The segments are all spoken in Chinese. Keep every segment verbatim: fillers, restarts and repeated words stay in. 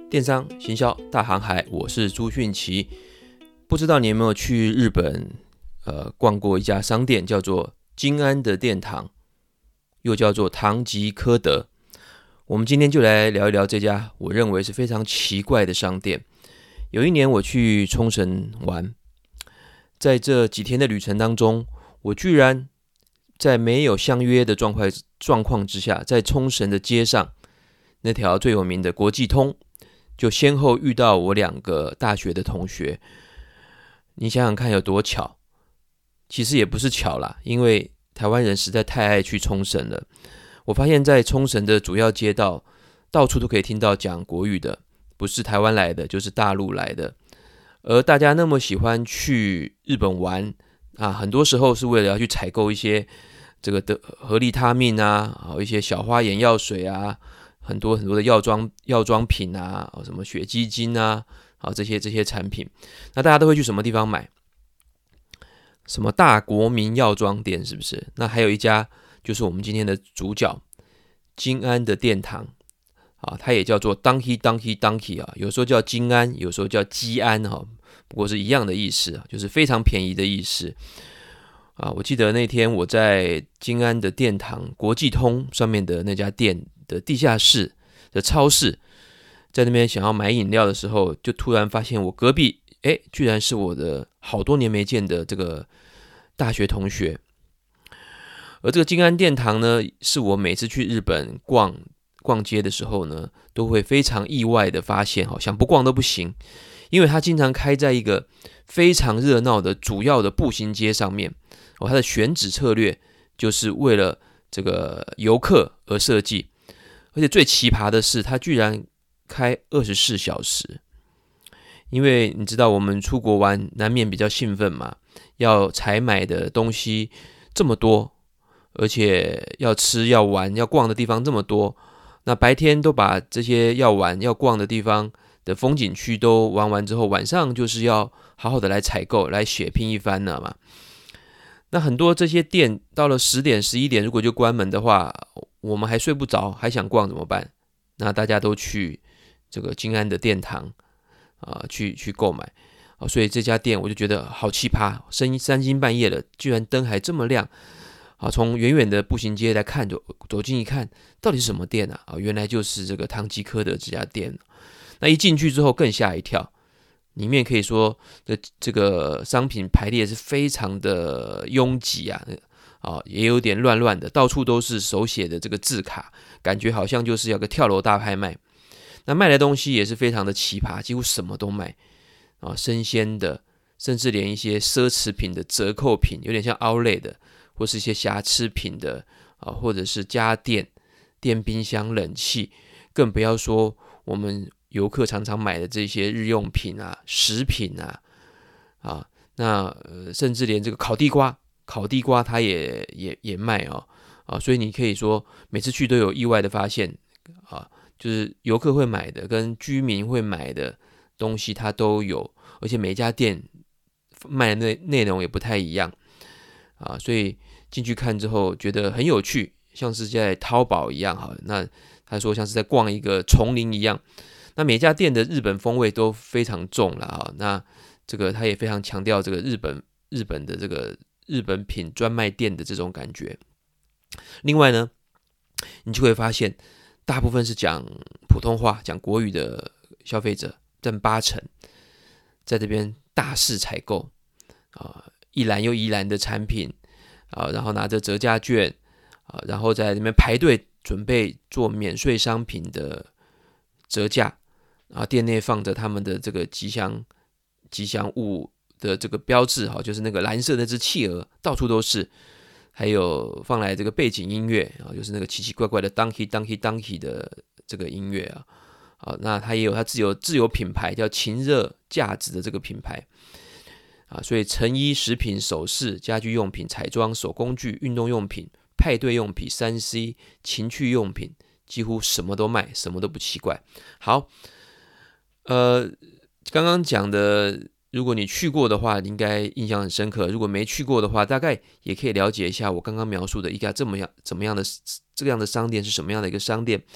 电商行销大航海，我是朱迅奇。不知道你有没有去日本呃逛过一家商店，叫做金安的殿堂，又叫做唐吉诃德。我们今天就来聊一聊这家我认为是非常奇怪的商店。有一年我去冲绳玩，在这几天的旅程当中，我居然在没有相约的状况状况之下，在冲绳的街上那条最有名的国际通，就先后遇到我两个大学的同学。你想想看有多巧，其实也不是巧啦，因为台湾人实在太爱去冲绳了。我发现在冲绳的主要街道，到处都可以听到讲国语的，不是台湾来的就是大陆来的。而大家那么喜欢去日本玩啊，很多时候是为了要去采购一些这个的合利他命啊，一些小花眼药水啊，很多很多的药妆药妆品啊，什么血肌精啊，啊这些这些产品。那大家都会去什么地方买？什么大国民药妆店是不是？那还有一家就是我们今天的主角金安的殿堂啊，它也叫做 Donkey Donkey Donkey 啊，有时候叫金安，有时候叫基安哈，不过是一样的意思啊，就是非常便宜的意思啊。我记得那天我在金安的殿堂国际通上面的那家店的地下室的超市，在那边想要买饮料的时候，就突然发现我隔壁，哎，居然是我的好多年没见的这个大学同学。而这个金安殿堂呢，是我每次去日本逛逛街的时候呢，都会非常意外的发现，好像不逛都不行，因为它经常开在一个非常热闹的主要的步行街上面。哦，它的选址策略就是为了这个游客而设计，而且最奇葩的是，它居然开二十四小时。因为你知道我们出国玩难免比较兴奋嘛，要采买的东西这么多，而且要吃要玩要逛的地方这么多，那白天都把这些要玩要逛的地方的风景区都玩完之后，晚上就是要好好的来采购来血拼一番了嘛。那很多这些店到了十点十一点如果就关门的话，我们还睡不着还想逛怎么办？那大家都去这个金安的殿堂啊、呃，去去购买啊，所以这家店我就觉得好奇葩，深三更半夜了，居然灯还这么亮啊！从远远的步行街来看，走走近一看，到底是什么店啊？啊，原来就是这个唐吉诃德这家店。那一进去之后更吓一跳，里面可以说的这个商品排列是非常的拥挤啊，啊，也有点乱乱的，到处都是手写的这个字卡，感觉好像就是要个跳楼大拍卖。那卖的东西也是非常的奇葩，几乎什么都卖啊，生鲜的，甚至连一些奢侈品的折扣品，有点像 outlet 的，或是一些瑕疵品的啊，或者是家电、电冰箱、冷气，更不要说我们游客常常买的这些日用品啊、食品啊，啊，那、呃、甚至连这个烤地瓜，烤地瓜它也也也卖哦，啊，所以你可以说每次去都有意外的发现啊。就是游客会买的跟居民会买的东西它都有，而且每家店卖的内容也不太一样啊，所以进去看之后觉得很有趣，像是在淘宝一样哈。那他说像是在逛一个丛林一样，那每家店的日本风味都非常重了啊。那这个他也非常强调这个日本日本的这个日本品专卖店的这种感觉。另外呢，你就会发现大部分是讲普通话、讲国语的消费者占八成，在这边大肆采购啊，一篮又一篮的产品啊，然后拿着折价券啊，然后在那边排队准备做免税商品的折价啊，店内放着他们的这个吉祥吉祥物的这个标志哈，就是那个蓝色那只企鹅，到处都是。还有放来这个背景音乐啊，就是那个奇奇怪怪的 Donkey Donkey Donkey 的这个音乐啊，啊，那它也有它自有自有品牌叫晴热价值的这个品牌啊，所以成衣、食品、首饰、家居用品、彩妆、手工具、运动用品、派对用品、三 C、情趣用品，几乎什么都卖，什么都不奇怪。好，呃，刚刚讲的。如果你去过的话，应该印象很深刻。如果没去过的话，大概也可以了解一下我刚刚描述的一家这么样怎么样的这样的商店是什么样的一个商店。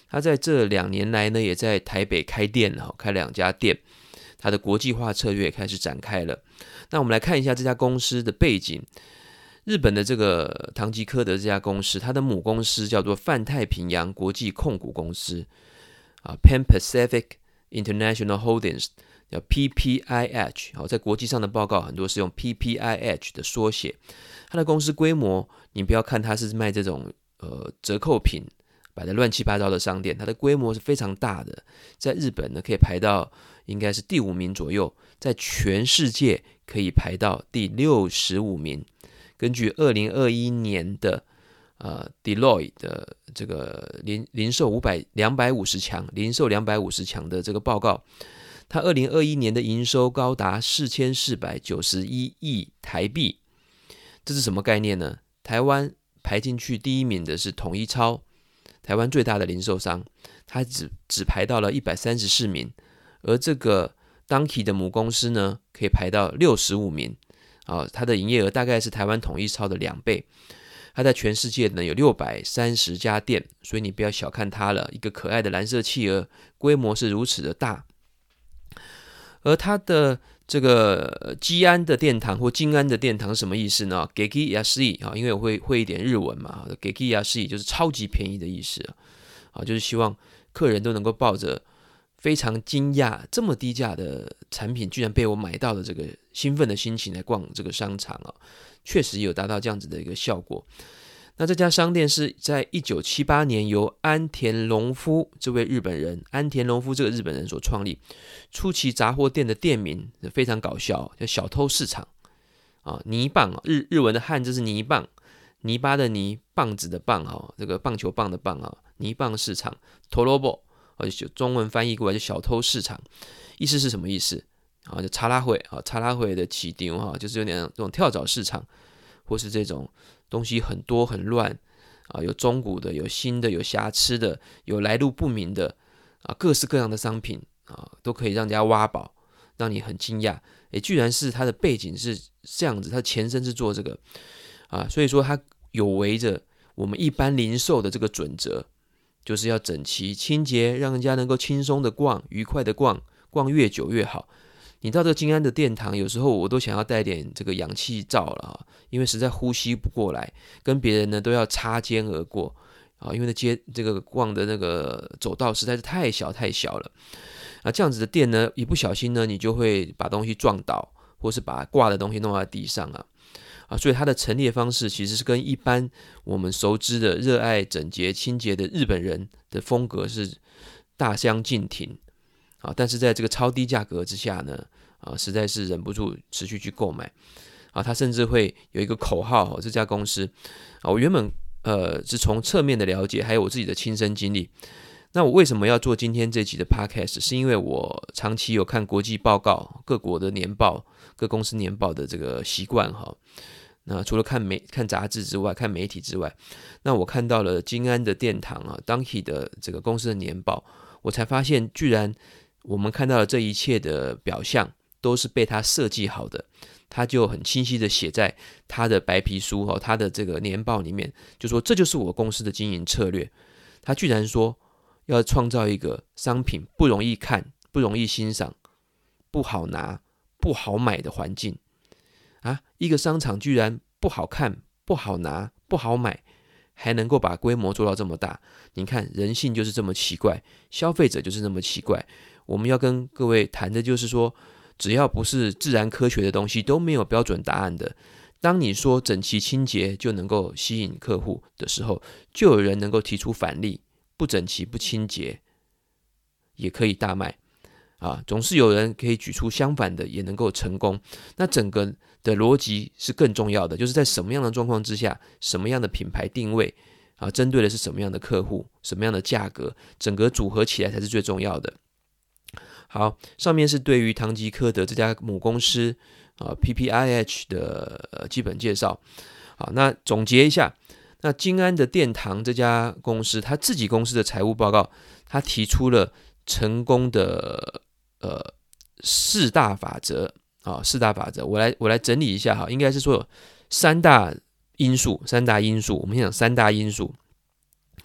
它在这两年来呢，也在台北开店了，开两家店，它的国际化策略开始展开了。那我们来看一下这家公司的背景。日本的这个唐吉诃德这家公司，它的母公司叫做泛太平洋国际控股公司啊 ，Pan Pacific International Holdings， 叫 P P I H。好，在国际上的报告很多是用 P P I H 的缩写。它的公司规模，你不要看它是卖这种呃折扣品，摆的乱七八糟的商店，它的规模是非常大的，在日本呢可以排到应该是第五名左右，在全世界可以排到第六十五名。根据二零二一年的呃 Deloitte 的这个零零售五百两百五十强，零售两百五十强的这个报告，它二零二一年的营收高达四千四百九十一亿台币。这是什么概念呢？台湾排进去第一名的是统一超，台湾最大的零售商，它只只排到了一百三十四名，而这个 Donkey 的母公司呢，可以排到六十五名。啊，它的营业额大概是台湾统一超的两倍，它在全世界呢有六百三十家店，所以你不要小看它了。一个可爱的蓝色企鹅，规模是如此的大。而它的这个基安的殿堂或金安的殿堂是什么意思呢？ Geki Yasui 啊，因为我会会一点日文嘛 ，Geki Yasui 就是超级便宜的意思啊，就是希望客人都能够抱着非常惊讶，这么低价的产品居然被我买到的这个兴奋的心情来逛这个商场啊，确实有达到这样子的一个效果。那这家商店是在一九七八年由安田隆夫这位日本人，安田隆夫这个日本人所创立。初期杂货店的店名非常搞笑，叫小偷市场啊，泥棒日日文的汉字是泥棒，泥巴的泥，棒子的棒啊，这个棒球棒的棒啊，泥棒市场 Torobo。中文翻译过来就小偷市场，意思是什么意思啊？就查拉会啊，查拉会的起丢哈，就是有点这种跳蚤市场，或是这种东西很多很乱啊，有中古的，有新的，有瑕疵的，有来路不明的啊，各式各样的商品啊，都可以让人家挖宝，让你很惊讶。诶，居然是它的背景是这样子，它的前身是做这个啊，所以说它有违着我们一般零售的这个准则。就是要整齐清洁，让人家能够轻松的逛，愉快的逛，逛越久越好。你到这个金安的殿堂，有时候我都想要带点这个氧气罩了，因为实在呼吸不过来，跟别人呢都要擦肩而过啊，因为那街这个逛的那个走道实在是太小太小了啊。这样子的店呢，一不小心呢，你就会把东西撞倒，或是把挂的东西弄在地上啊。啊，所以它的陈列方式其实是跟一般我们熟知的热爱整洁清洁的日本人的风格是大相径庭啊。但是在这个超低价格之下呢，啊，实在是忍不住持续去购买啊。他甚至会有一个口号，哦，这家公司啊，我原本呃是从侧面的了解，还有我自己的亲身经历。那我为什么要做今天这集的 podcast？ 是因为我长期有看国际报告、各国的年报、各公司年报的这个习惯哈。那除了看媒看杂志之外，看媒体之外，那我看到了金安的殿堂啊 ，Donkey 的这个公司的年报，我才发现，居然我们看到的这一切的表象都是被他设计好的。他就很清晰的写在他的白皮书哈，他的这个年报里面，就说这就是我公司的经营策略。他居然说要创造一个商品不容易看、不容易欣赏、不好拿、不好买的环境。啊，一个商场居然不好看、不好拿、不好买，还能够把规模做到这么大。你看，人性就是这么奇怪，消费者就是这么奇怪。我们要跟各位谈的就是说，只要不是自然科学的东西，都没有标准答案的。当你说整齐清洁就能够吸引客户的时候，就有人能够提出反例，不整齐不清洁也可以大卖。啊，总是有人可以举出相反的，也能够成功。那整个的逻辑是更重要的，就是在什么样的状况之下，什么样的品牌定位啊，针对的是什么样的客户，什么样的价格，整个组合起来才是最重要的。好，上面是对于唐吉诃德这家母公司啊 P P I H 的、呃、基本介绍。好，那总结一下，那金安的殿堂这家公司，他自己公司的财务报告，他提出了成功的呃四大法则啊，四大法则，我来我来整理一下哈，应该是说有三大因素，三大因素，我们先讲三大因素。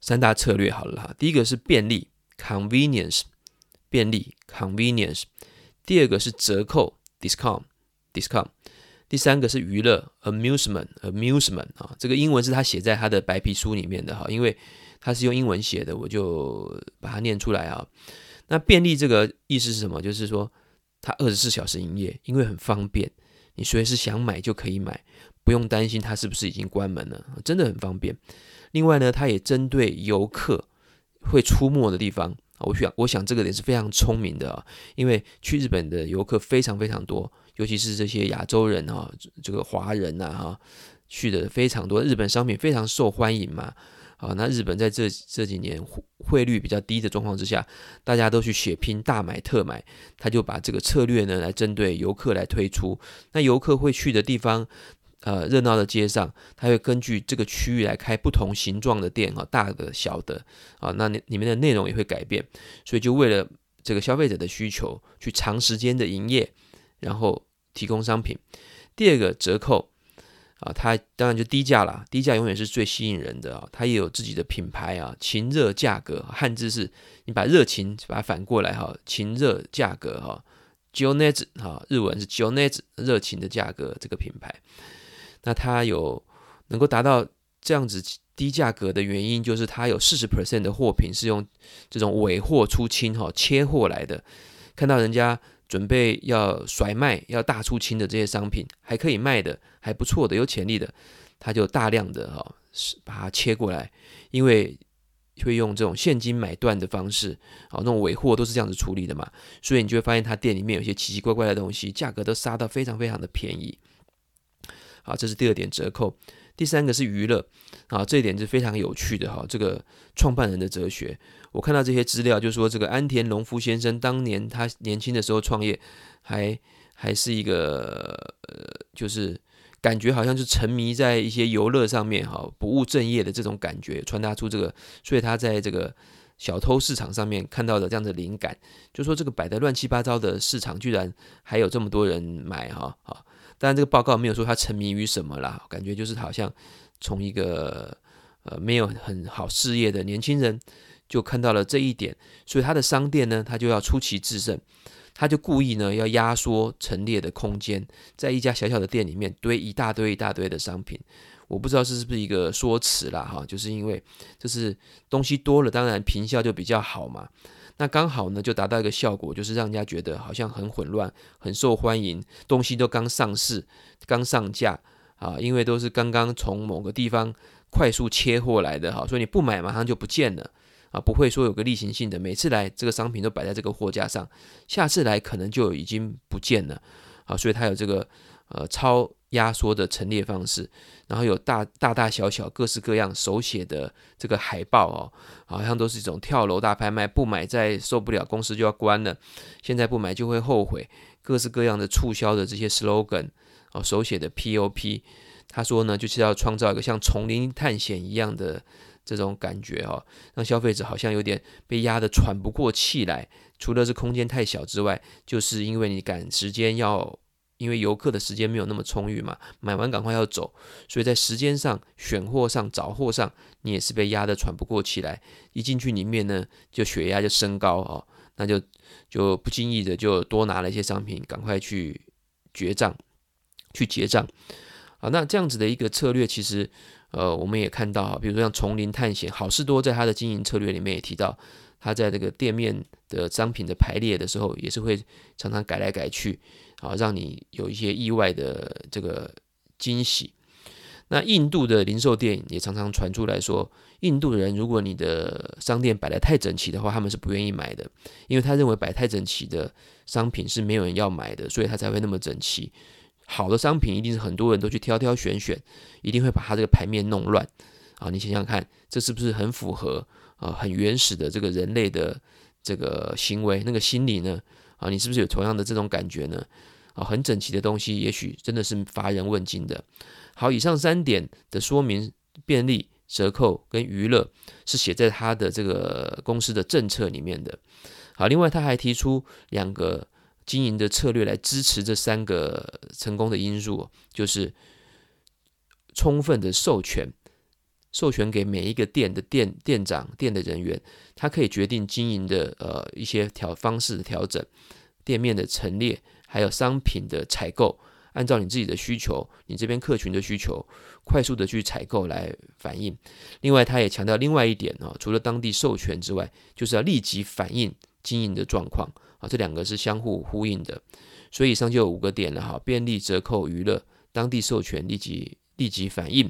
三大策略好了哈。第一个是便利 convenience， 便利 convenience。第二个是折扣 discount discount。第三个是娱乐 amusement amusement 啊，这个英文是他写在他的白皮书里面的哈，因为他是用英文写的，我就把它念出来啊。那便利这个意思是什么？就是说它二十四小时营业，因为很方便，你随时想买就可以买，不用担心它是不是已经关门了，真的很方便。另外呢，它也针对游客会出没的地方，我想我想这个点是非常聪明的啊，因为去日本的游客非常非常多，尤其是这些亚洲人啊，这个华人啊哈，去的非常多，日本商品非常受欢迎嘛。啊，那日本在这这几年汇率比较低的状况之下，大家都去血拼大买特买，他就把这个策略呢来针对游客来推出。那游客会去的地方，呃，热闹的街上，他会根据这个区域来开不同形状的店啊，大的、小的啊，那里面的内容也会改变，所以就为了这个消费者的需求，去长时间的营业，然后提供商品。第二个折扣。啊，它当然就低价啦，低价永远是最吸引人的啊。它也有自己的品牌啊，情热价格，汉字是你把热情把它反过来哈，情热价格哈 j o n e z 哈，日文是 j o n e z 热情的价格这个品牌。那它有能够达到这样子低价格的原因，就是它有 百分之四十 的货品是用这种尾货出清哈，切货来的，看到人家准备要甩卖、要大出清的这些商品，还可以卖的、还不错的、有潜力的，他就大量的哈、哦、把它切过来，因为会用这种现金买断的方式，好、哦、那种尾货都是这样子处理的嘛，所以你就会发现他店里面有一些奇奇怪怪的东西，价格都杀到非常非常的便宜。好，这是第二点折扣。第三个是娱乐，啊，这一点是非常有趣的哈。这个创办人的哲学，我看到这些资料，就说这个安田隆夫先生当年他年轻的时候创业，还还是一个呃，就是感觉好像是沉迷在一些游乐上面哈，不务正业的这种感觉，传达出这个，所以他在这个小偷市场上面看到的这样的灵感，就说这个摆得乱七八糟的市场，居然还有这么多人买哈啊。当然，这个报告没有说他沉迷于什么啦，感觉就是好像从一个呃没有很好事业的年轻人，就看到了这一点，所以他的商店呢，他就要出奇制胜，他就故意呢要压缩陈列的空间，在一家小小的店里面堆一大堆一大堆的商品。我不知道是不是一个说辞啦哈，就是因为就是东西多了，当然坪效就比较好嘛。那刚好呢，就达到一个效果，就是让人家觉得好像很混乱、很受欢迎，东西都刚上市、刚上架啊，因为都是刚刚从某个地方快速切货来的哈，所以你不买马上就不见了啊，不会说有个例行性的，每次来这个商品都摆在这个货架上，下次来可能就已经不见了啊，所以它有这个呃超压缩的陈列方式，然后有大大大小小各式各样手写的这个海报哦，好像都是一种跳楼大拍卖，不买再受不了，公司就要关了，现在不买就会后悔，各式各样的促销的这些 slogan 哦，手写的 P O P， 他说呢就是要创造一个像丛林探险一样的这种感觉哦，让消费者好像有点被压得喘不过气来，除了是空间太小之外，就是因为你赶时间要。因为游客的时间没有那么充裕嘛，买完赶快要走，所以在时间上、选货上、找货上，你也是被压得喘不过气来。一进去里面呢，就血压就升高哦，那就就不经意的就多拿了一些商品，赶快去结账，去结账。好，那这样子的一个策略，其实呃我们也看到，比如说像丛林探险，好事多在他的经营策略里面也提到，他在这个店面的商品的排列的时候，也是会常常改来改去。啊，让你有一些意外的这个惊喜。那印度的零售店也常常传出来说，印度人如果你的商店摆得太整齐的话，他们是不愿意买的，因为他认为摆太整齐的商品是没有人要买的，所以他才会那么整齐。好的商品一定是很多人都去挑挑选选，一定会把他这个牌面弄乱啊！你想想看，这是不是很符合啊很原始的这个人类的这个行为那个心理呢？啊，你是不是有同样的这种感觉呢？啊，很整齐的东西，也许真的是乏人问津的。好，以上三点的说明，便利、折扣跟娱乐是写在他的这个公司的政策里面的。好，另外他还提出两个经营的策略来支持这三个成功的因素，就是充分的授权， 授权给每一个店的店店长、店的人员，他可以决定经营的呃一些调方式的调整、店面的陈列，还有商品的采购，按照你自己的需求、你这边客群的需求，快速的去采购来反映。另外，他也强调另外一点啊，除了当地授权之外，就是要立即反映经营的状况啊，这两个是相互呼应的。所以以上就有五个点了哈：便利、折扣、娱乐、当地授权、立即立即反应。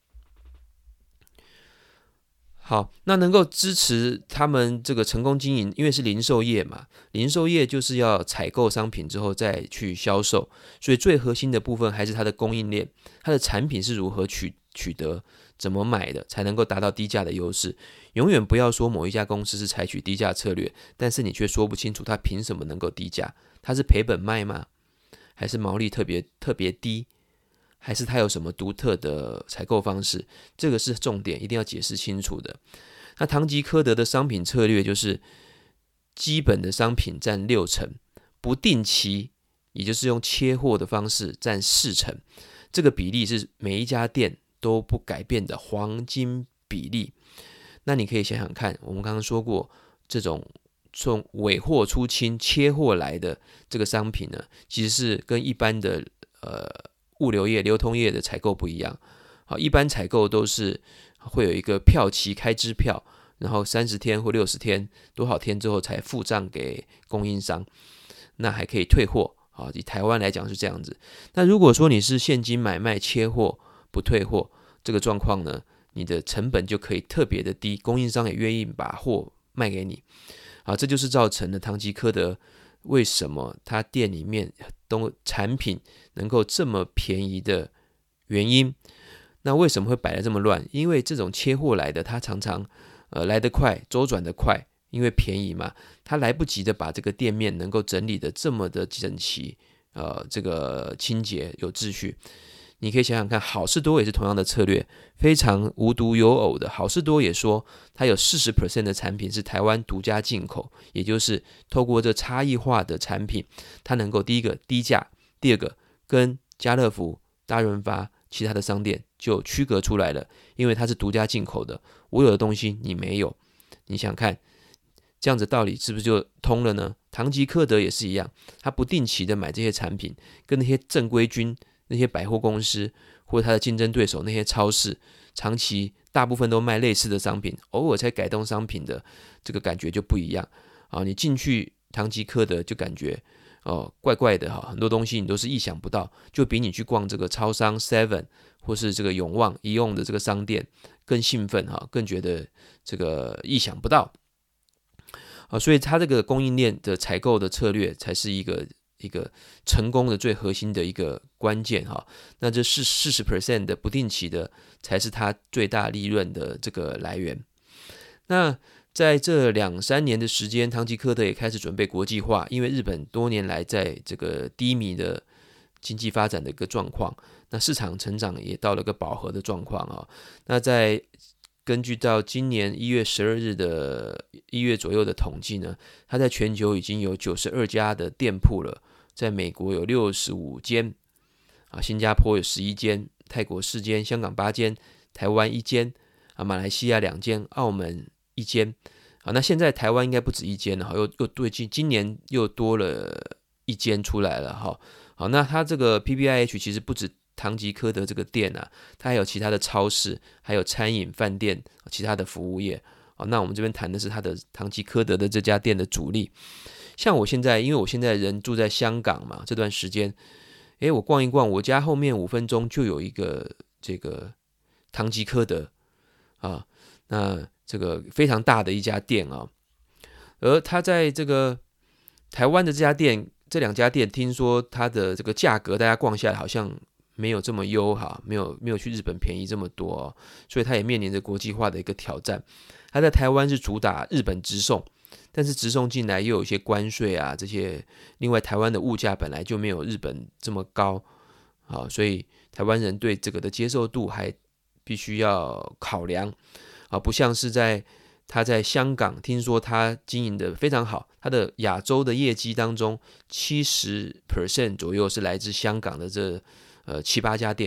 好，那能够支持他们这个成功经营，因为是零售业嘛，零售业就是要采购商品之后再去销售，所以最核心的部分还是它的供应链，它的产品是如何取取得，怎么买的，才能够达到低价的优势。永远不要说某一家公司是采取低价策略，但是你却说不清楚它凭什么能够低价，它是赔本卖吗？还是毛利特别特别低？还是它有什么独特的采购方式？这个是重点，一定要解释清楚的。那唐吉诃德的商品策略就是基本的商品占六成，不定期，也就是用切货的方式占四成。这个比例是每一家店都不改变的黄金比例。那你可以想想看，我们刚刚说过，这种从尾货出清、切货来的这个商品呢，其实是跟一般的呃。物流业、流通业的采购不一样，好，一般采购都是会有一个票期开支票，然后三十天或六十天多少天之后才付账给供应商，那还可以退货，好，以台湾来讲是这样子。那如果说你是现金买卖切货不退货，这个状况呢，你的成本就可以特别的低，供应商也愿意把货卖给你，好，这就是造成了唐吉诃德为什么他店里面都产品能够这么便宜的原因。那为什么会摆得这么乱？因为这种切货来的，它常常呃来得快，周转得快，因为便宜嘛，它来不及的把这个店面能够整理的这么的整齐，呃，这个清洁有秩序。你可以想想看，好事多也是同样的策略，非常无独有偶的。好事多也说，它有 百分之四十 的产品是台湾独家进口，也就是透过这差异化的产品，它能够第一个低价，第二个跟家乐福、大润发其他的商店就区隔出来了，因为它是独家进口的，我有的东西你没有。你想看，这样子道理是不是就通了呢？唐吉诃德也是一样，他不定期的买这些产品，跟那些正规军、那些百货公司或者他的竞争对手那些超市，长期大部分都卖类似的商品，偶尔才改动商品的，这个感觉就不一样啊！你进去唐吉诃德就感觉哦怪怪的哈，很多东西你都是意想不到，就比你去逛这个超商 Seven 或是这个永旺、一用的这个商店更兴奋哈，更觉得这个意想不到啊！所以它这个供应链的采购的策略才是一个。一个成功的最核心的一个关键哈，那这是 百分之四十 的不定期的才是它最大利润的这个来源。那在这两三年的时间，唐吉诃德也开始准备国际化，因为日本多年来在这个低迷的经济发展的一个状况，那市场成长也到了个饱和的状况啊。那在根据到今年一月十二日的一月左右的统计呢，它在全球已经有九十二家的店铺了。在美国有六十五间，啊，新加坡有十一间，泰国四间，香港八间，台湾一间，啊，马来西亚两间，澳门一间，啊，那现在台湾应该不止一间了，又又对今今年又多了一间出来了，哈，好，那它这个 P P I H 其实不止唐吉诃德这个店啊，它还有其他的超市，还有餐饮、饭店，其他的服务业，好，那我们这边谈的是它的唐吉诃德的这家店的主力。像我现在，因为我现在人住在香港嘛，这段时间，诶，我逛一逛，我家后面五分钟就有一个这个唐吉诃德啊，那这个非常大的一家店啊，而他在这个台湾的这家店，这两家店听说它的这个价格，大家逛下来好像没有这么优哈，没有没有去日本便宜这么多哦，所以它也面临着国际化的一个挑战。它在台湾是主打日本直送。但是直送进来又有一些关税啊，这些另外台湾的物价本来就没有日本这么高，好，所以台湾人对这个的接受度还必须要考量啊，不像是在他在香港，听说他经营的非常好，他的亚洲的业绩当中 百分之七十 左右是来自香港的这呃七八家店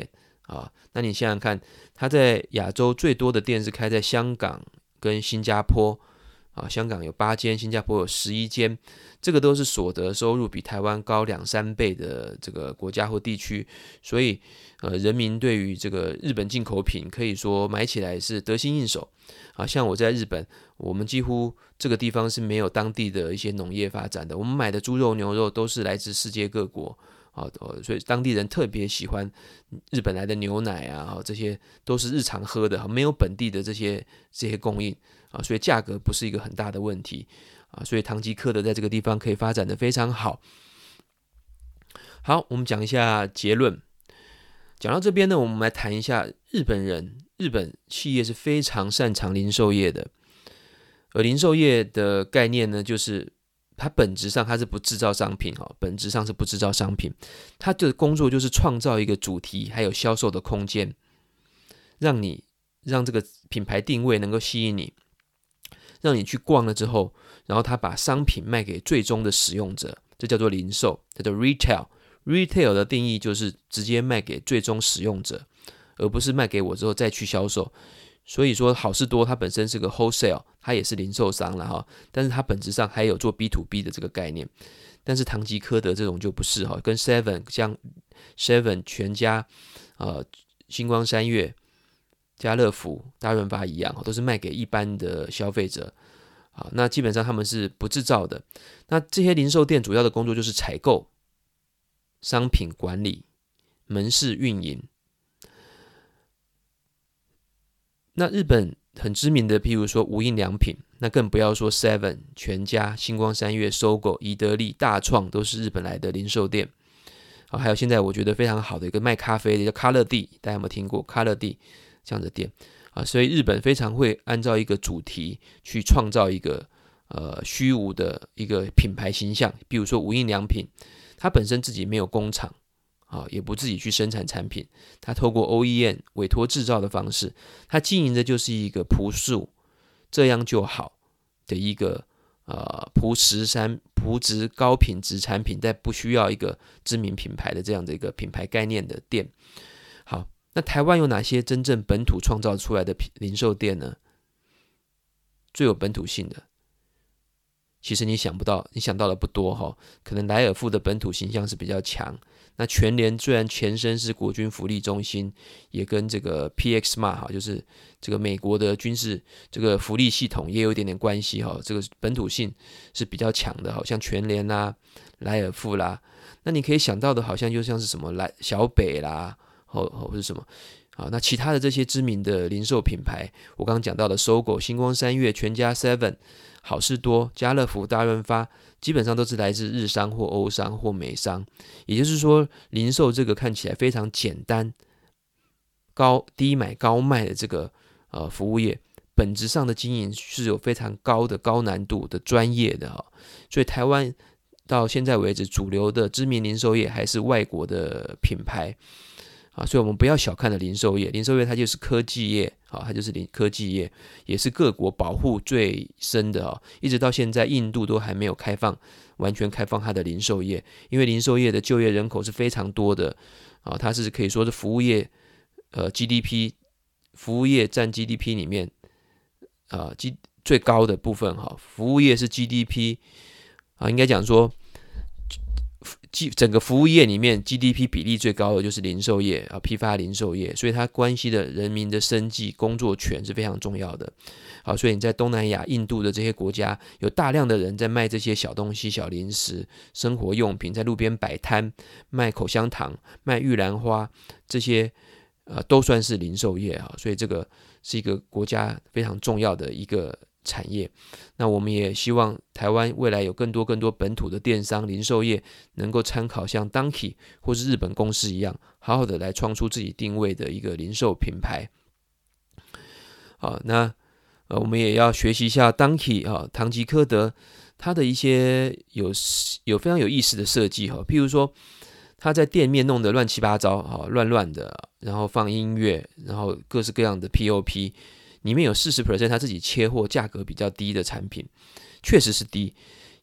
啊。那你想想看，它在亚洲最多的店是开在香港跟新加坡啊，香港有八间，新加坡有十一间，这个都是所得收入比台湾高两三倍的这个国家或地区，所以呃，人民对于这个日本进口品可以说买起来是得心应手啊。像我在日本，我们几乎这个地方是没有当地的一些农业发展的，我们买的猪肉、牛肉都是来自世界各国啊，所以当地人特别喜欢日本来的牛奶啊，这些都是日常喝的，没有本地的这些这些供应啊，所以价格不是一个很大的问题啊，所以唐吉诃德在这个地方可以发展的非常好。好，我们讲一下结论。讲到这边呢，我们来谈一下日本人，日本企业是非常擅长零售业的，而零售业的概念呢，就是它本质上它是不制造商品，本质上是不制造商品，它的工作就是创造一个主题，还有销售的空间，让你让这个品牌定位能够吸引你，让你去逛了之后，然后他把商品卖给最终的使用者，这叫做零售，叫做 retail。retail 的定义就是直接卖给最终使用者，而不是卖给我之后再去销售。所以说好事多它本身是个 wholesale， 它也是零售商啦哈，但是它本质上还有做 B to B 的这个概念。但是唐吉诃德这种就不是哈，跟 Seven 像 Seven 全家、呃星光三月、家乐福、大润发一样，都是卖给一般的消费者。好，那基本上他们是不制造的。那这些零售店主要的工作就是采购、商品管理、门市运营。那日本很知名的，譬如说无印良品，那更不要说 Seven、全家、星光三月、SOGO、宜得利、大创，都是日本来的零售店。啊，还有现在我觉得非常好的一个卖咖啡的叫咖乐蒂，大家有没有听过咖乐蒂这样的店啊？所以日本非常会按照一个主题去创造一个呃虚无的一个品牌形象。比如说无印良品，它本身自己没有工厂。啊，也不自己去生产产品，他透过 O E M 委托制造的方式，他经营的就是一个朴素，这样就好的一个呃朴实产朴质高品质产品，但不需要一个知名品牌的这样的一个品牌概念的店。好，那台湾有哪些真正本土创造出来的零售店呢？最有本土性的，其实你想不到，你想到的不多哈。可能莱尔富的本土形象是比较强。那全联虽然前身是国军福利中心，也跟这个 P X Smart 哈，就是这个美国的军事这个福利系统也有一点点关系哈。这个本土性是比较强的，好像全联啦、莱尔富啦。那你可以想到的，好像就像是什么来小北啦，或或是什么。好，那其他的这些知名的零售品牌，我刚刚讲到的 SOGO、星光三月、全家 Seven、好事多、家乐福、大润发，基本上都是来自日商或欧商或美商。也就是说，零售这个看起来非常简单、高低买高卖的这个呃服务业，本质上的经营是有非常高的高难度的专业的哈。所以台湾到现在为止，主流的知名零售业还是外国的品牌。啊，所以我们不要小看了零售业，零售业它就是科技业，啊，它就是科技业，也是各国保护最深的啊，一直到现在，印度都还没有开放，完全开放它的零售业，因为零售业的就业人口是非常多的，啊，它是可以说是服务业，呃 G D P， 服务业占 G D P 里面，啊，最高的部分哈，服务业是 G D P， 啊，应该讲说。整个服务业里面 G D P 比例最高的就是零售业啊，批发零售业，所以它关系的人民的生计、工作权是非常重要的。好，所以你在东南亚、印度的这些国家，有大量的人在卖这些小东西、小零食、生活用品，在路边摆摊卖口香糖、卖玉兰花，这些呃都算是零售业啊。所以这个是一个国家非常重要的一个产业。那我们也希望台湾未来有更多更多本土的电商零售业能够参考像 Donkey 或是日本公司一样，好好的来创出自己定位的一个零售品牌。好，那呃我们也要学习一下 Donkey 啊，唐吉诃德它的一些有有非常有意思的设计哈，譬如说他在店面弄得乱七八糟哈，乱乱的，然后放音乐，然后各式各样的 P O P。里面有 百分之四十 他自己切货价格比较低的产品，确实是低。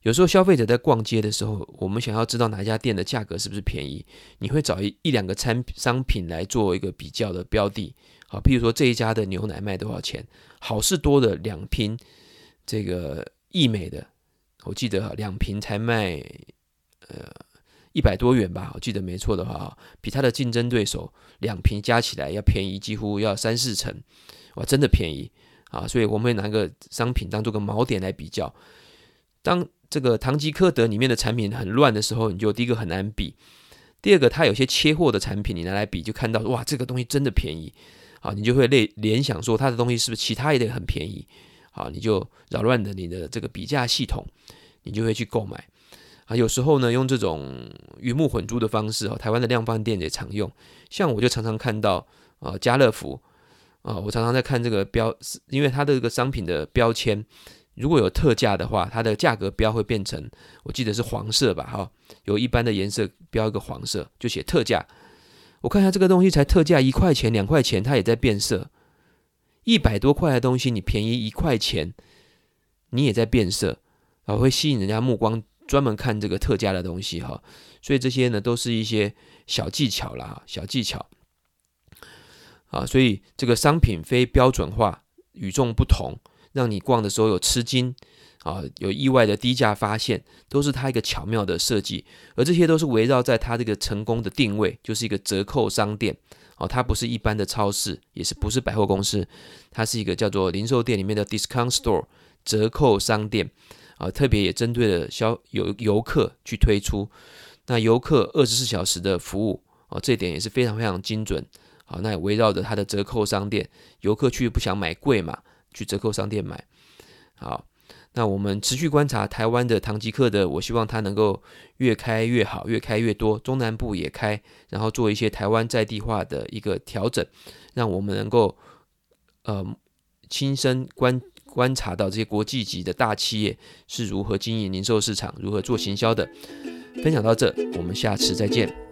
有时候消费者在逛街的时候，我们想要知道哪一家店的价格是不是便宜，你会找一一两个产商品来做一个比较的标的。好，譬如说这一家的牛奶卖多少钱？好事多的两瓶这个益美的，我记得两瓶才卖呃一百多元吧，我记得没错的话，比它的竞争对手两瓶加起来要便宜几乎要三四成，哇，真的便宜啊！所以我们会拿个商品当做个锚点来比较。当这个唐吉诃德里面的产品很乱的时候，你就第一个很难比，第二个它有些切货的产品你拿来比，就看到哇这个东西真的便宜啊，你就会联想说它的东西是不是其他也得很便宜啊，你就扰乱了你的这个比价系统，你就会去购买啊。有时候呢用这种鱼目混珠的方式，台湾的量贩店也常用，像我就常常看到啊家乐福啊，我常常在看这个标，因为它的这个商品的标签。如果有特价的话，它的价格标会变成，我记得是黄色吧，哈，有一般的颜色标一个黄色，就写特价。我看一下这个东西才特价一块钱、两块钱，它也在变色。一百多块的东西，你便宜一块钱，你也在变色，啊，会吸引人家目光，专门看这个特价的东西哈。所以这些呢，都是一些小技巧啦，小技巧。啊，所以这个商品非标准化，与众不同。让你逛的时候有吃惊啊，有意外的低价发现，都是它一个巧妙的设计，而这些都是围绕在它这个成功的定位，就是一个折扣商店哦，它不是一般的超市，也是不是百货公司，它是一个叫做零售店里面的 discount store 折扣商店啊，特别也针对了消游游客去推出，那游客二十四小时的服务啊，这点也是非常非常精准啊，那也围绕着它的折扣商店，游客去不想买贵嘛。去折扣商店买，好，那我们持续观察台湾的唐吉诃德，我希望它能够越开越好，越开越多，中南部也开，然后做一些台湾在地化的一个调整，让我们能够呃亲身观观察到这些国际级的大企业是如何经营零售市场，如何做行销的。分享到这，我们下次再见。